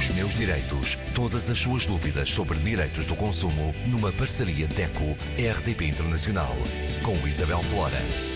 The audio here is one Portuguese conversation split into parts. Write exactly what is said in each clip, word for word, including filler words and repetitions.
Os meus direitos. Todas as suas dúvidas sobre direitos do consumo numa parceria DECO-R D P Internacional. Com Isabel Flora.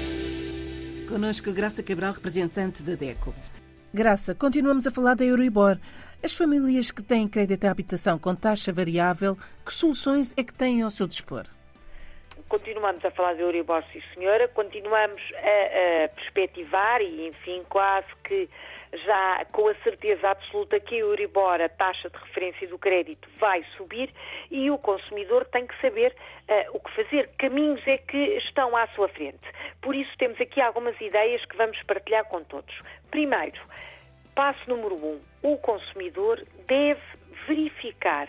Connosco Graça Cabral, representante da DECO. Graça, continuamos a falar da Euribor. As famílias que têm crédito à habitação com taxa variável, que soluções é que têm ao seu dispor? Continuamos a falar da Euribor, sim senhora, continuamos a, a perspectivar e, enfim, quase que já com a certeza absoluta que a Euribor, a taxa de referência do crédito, vai subir e o consumidor tem que saber uh, o que fazer, que caminhos é que estão à sua frente. Por isso temos aqui algumas ideias que vamos partilhar com todos. Primeiro, passo número um, o consumidor deve verificar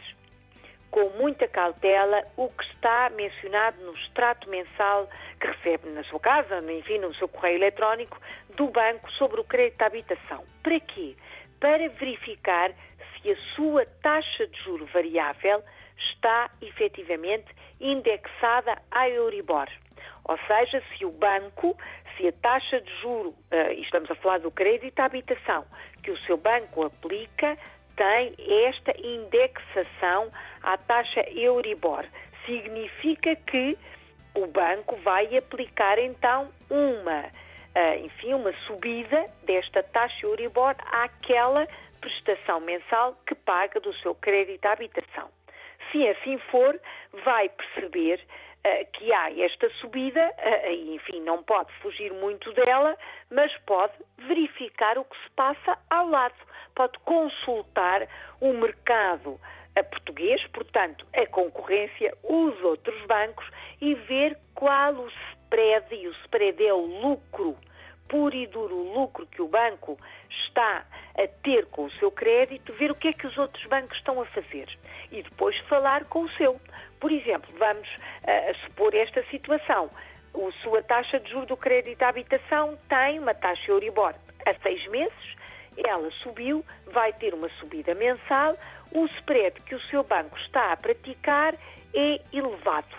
com muita cautela o que está mencionado no extrato mensal que recebe na sua casa, enfim, no seu correio eletrónico, do banco sobre o crédito à habitação. Para quê? Para verificar se a sua taxa de juro variável está efetivamente indexada à Euribor. Ou seja, se o banco, se a taxa de juro, uh, e estamos a falar do crédito à habitação, que o seu banco aplica, tem esta indexação à taxa Euribor. Significa que o banco vai aplicar então uma, enfim, uma subida desta taxa Euribor àquela prestação mensal que paga do seu crédito à habitação. Se assim for, vai perceber uh, que há esta subida, uh, e enfim, não pode fugir muito dela, mas pode verificar o que se passa ao lado. Pode consultar o mercado português, portanto, a concorrência, os outros bancos, e ver qual o spread, e o spread é o lucro, puro e duro lucro que o banco está a ter com o seu crédito, ver o que é que os outros bancos estão a fazer e depois falar com o seu. Por exemplo, vamos uh, supor esta situação. A sua taxa de juros do crédito à habitação tem uma taxa Euribor a seis meses, ela subiu, vai ter uma subida mensal, o spread que o seu banco está a praticar é elevado.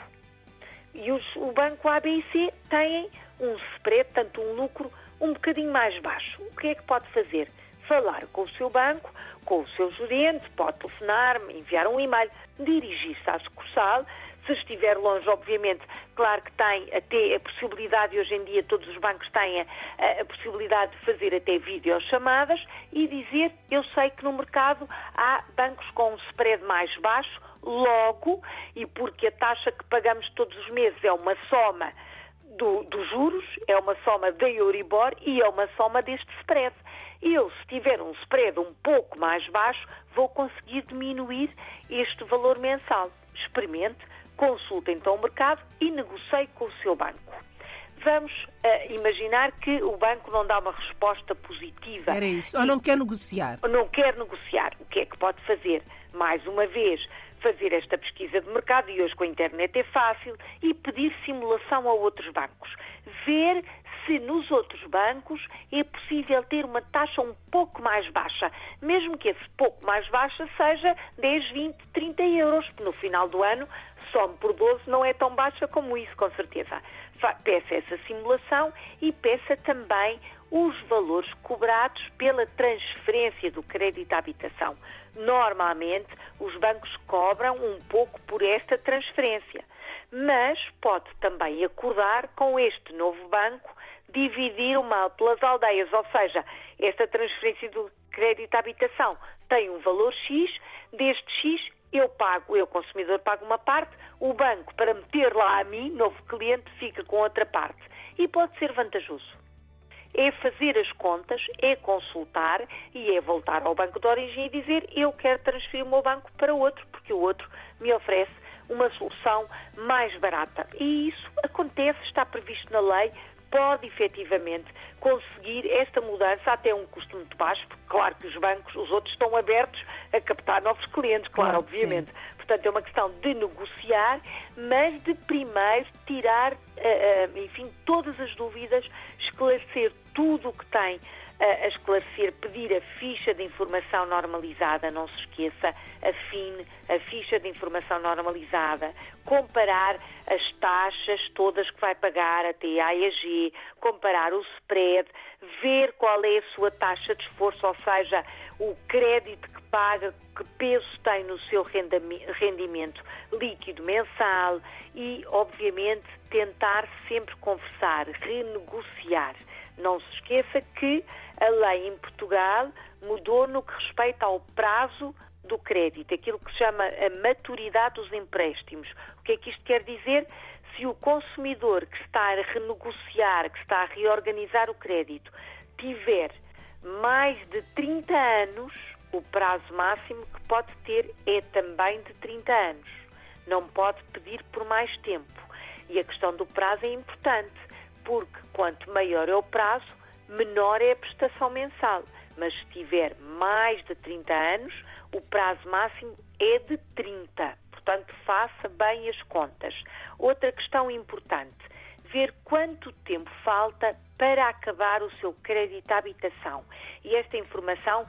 E os, o banco A, B e C têm um spread, tanto um lucro, um bocadinho mais baixo. O que é que pode fazer? Falar com o seu banco, com o seu gerente, pode telefonar, enviar um e-mail, dirigir-se à sucursal. Se estiver longe, obviamente, claro que tem até a possibilidade, e hoje em dia todos os bancos têm a, a possibilidade de fazer até videochamadas e dizer, eu sei que no mercado há bancos com um spread mais baixo, logo, e porque a taxa que pagamos todos os meses é uma soma do, dos juros, é uma soma da Euribor e é uma soma deste spread. Eu, se tiver um spread um pouco mais baixo, vou conseguir diminuir este valor mensal. Experimente, consulte então o mercado e negocie com o seu banco. Vamos uh, imaginar que o banco não dá uma resposta positiva. Era isso, ou não quer negociar. Ou não quer negociar. O que é que pode fazer? Mais uma vez, fazer esta pesquisa de mercado, e hoje com a internet é fácil, e pedir simulação a outros bancos. Ver se nos outros bancos é possível ter uma taxa um pouco mais baixa, mesmo que esse pouco mais baixa seja dez, vinte, trinta euros, porque no final do ano some por doze, não é tão baixa como isso, com certeza. Peça essa simulação e peça também os valores cobrados pela transferência do crédito à habitação. Normalmente, os bancos cobram um pouco por esta transferência, mas pode também acordar com este novo banco dividir o mal pelas aldeias, ou seja, esta transferência do crédito à habitação tem um valor X, deste X eu pago, eu consumidor pago uma parte, o banco para meter lá a mim, novo cliente, fica com outra parte. E pode ser vantajoso. É fazer as contas, é consultar e é voltar ao banco de origem e dizer eu quero transferir o meu banco para outro, porque o outro me oferece uma solução mais barata. E isso acontece, está previsto na lei, pode efetivamente conseguir esta mudança até um custo muito baixo, porque claro que os bancos, os outros estão abertos a captar novos clientes, claro, claro obviamente. Sim. Portanto, é uma questão de negociar, mas de primeiro tirar, uh, uh, enfim, todas as dúvidas, esclarecer tudo o que tem uh, a esclarecer, pedir a ficha de informação normalizada, não se esqueça, a F I N, a ficha de informação normalizada, comparar as taxas todas que vai pagar a T A e a G, comparar o spread, ver qual é a sua taxa de esforço, ou seja, o crédito que paga, que peso tem no seu rendimento líquido mensal e, obviamente, tentar sempre conversar, renegociar. Não se esqueça que a lei em Portugal mudou no que respeita ao prazo do crédito, aquilo que se chama a maturidade dos empréstimos. O que é que isto quer dizer? Se o consumidor que está a renegociar, que está a reorganizar o crédito, tiver mais de trinta anos, o prazo máximo que pode ter é também de trinta anos. Não pode pedir por mais tempo. E a questão do prazo é importante, porque quanto maior é o prazo, menor é a prestação mensal. Mas se tiver mais de trinta anos, o prazo máximo é de trinta. Portanto, faça bem as contas. Outra questão importante, ver quanto tempo falta para acabar o seu crédito à habitação. E esta informação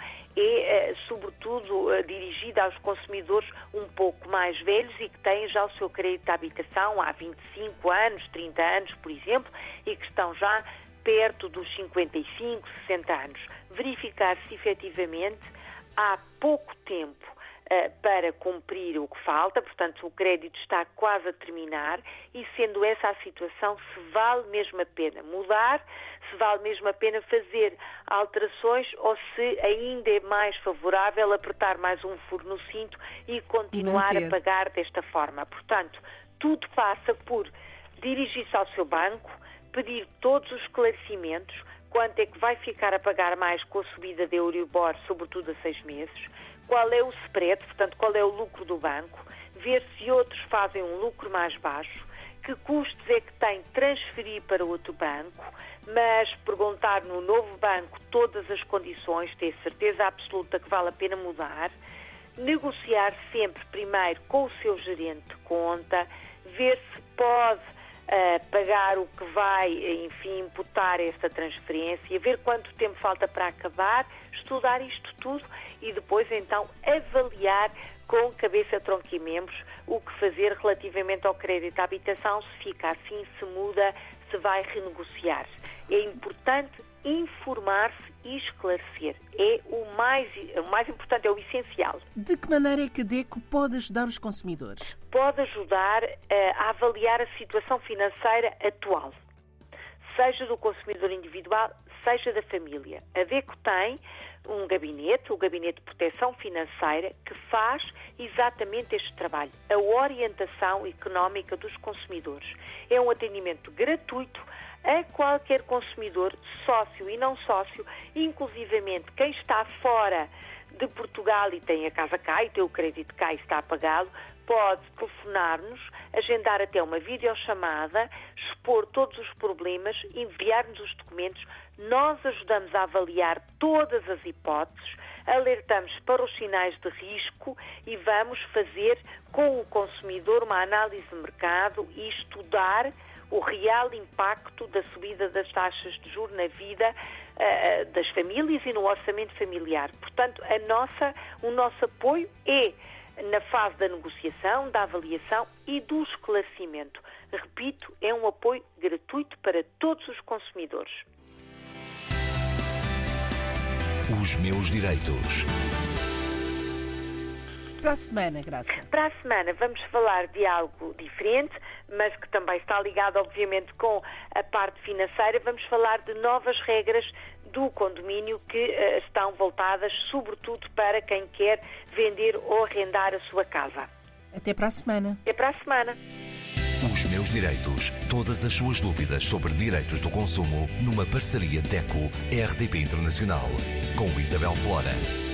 é, sobretudo, dirigida aos consumidores um pouco mais velhos e que têm já o seu crédito à habitação há vinte e cinco anos, trinta anos, por exemplo, e que estão já perto dos cinquenta e cinco, sessenta anos. Verificar se efetivamente há pouco tempo uh, para cumprir o que falta, portanto o crédito está quase a terminar e, sendo essa a situação, se vale mesmo a pena mudar, se vale mesmo a pena fazer alterações ou se ainda é mais favorável apertar mais um furo no cinto e continuar a pagar desta forma. Portanto, tudo passa por dirigir-se ao seu banco, pedir todos os esclarecimentos, quanto é que vai ficar a pagar mais com a subida da Euribor, sobretudo a seis meses, qual é o spread, portanto, qual é o lucro do banco, ver se outros fazem um lucro mais baixo, que custos é que tem transferir para outro banco, mas perguntar no novo banco todas as condições, ter certeza absoluta que vale a pena mudar, negociar sempre primeiro com o seu gerente de conta, ver se pode Uh, pagar o que vai, enfim, imputar esta transferência, ver quanto tempo falta para acabar, estudar isto tudo e depois, então, avaliar com cabeça, tronco e membros o que fazer relativamente ao crédito à habitação, se fica assim, se muda, se vai renegociar. É importante informar-se e esclarecer. É o mais, o mais importante, é o essencial. De que maneira é que a DECO pode ajudar os consumidores? Pode ajudar uh, a avaliar a situação financeira atual, seja do consumidor individual, seja da família. A DECO tem um gabinete, o Gabinete de Proteção Financeira, que faz exatamente este trabalho, a orientação económica dos consumidores. É um atendimento gratuito a qualquer consumidor, sócio e não sócio, inclusivamente quem está fora de Portugal e tem a casa cá e tem o crédito cá e está a pagá-lo, pode telefonar-nos, agendar até uma videochamada, expor todos os problemas, enviar-nos os documentos. Nós ajudamos a avaliar todas as hipóteses, alertamos para os sinais de risco e vamos fazer com o consumidor uma análise de mercado e estudar o real impacto da subida das taxas de juros na vida uh, das famílias e no orçamento familiar. Portanto, a nossa, o nosso apoio é na fase da negociação, da avaliação e do esclarecimento. Repito, é um apoio gratuito para todos os consumidores. Os meus direitos. Para a semana, Graça. Para a semana vamos falar de algo diferente, mas que também está ligado, obviamente, com a parte financeira. Vamos falar de novas regras do condomínio que uh, estão voltadas, sobretudo, para quem quer vender ou arrendar a sua casa. Até para a semana. Até para a semana. Os meus direitos. Todas as suas dúvidas sobre direitos do consumo numa parceria DECO-R D P Internacional com Isabel Flora.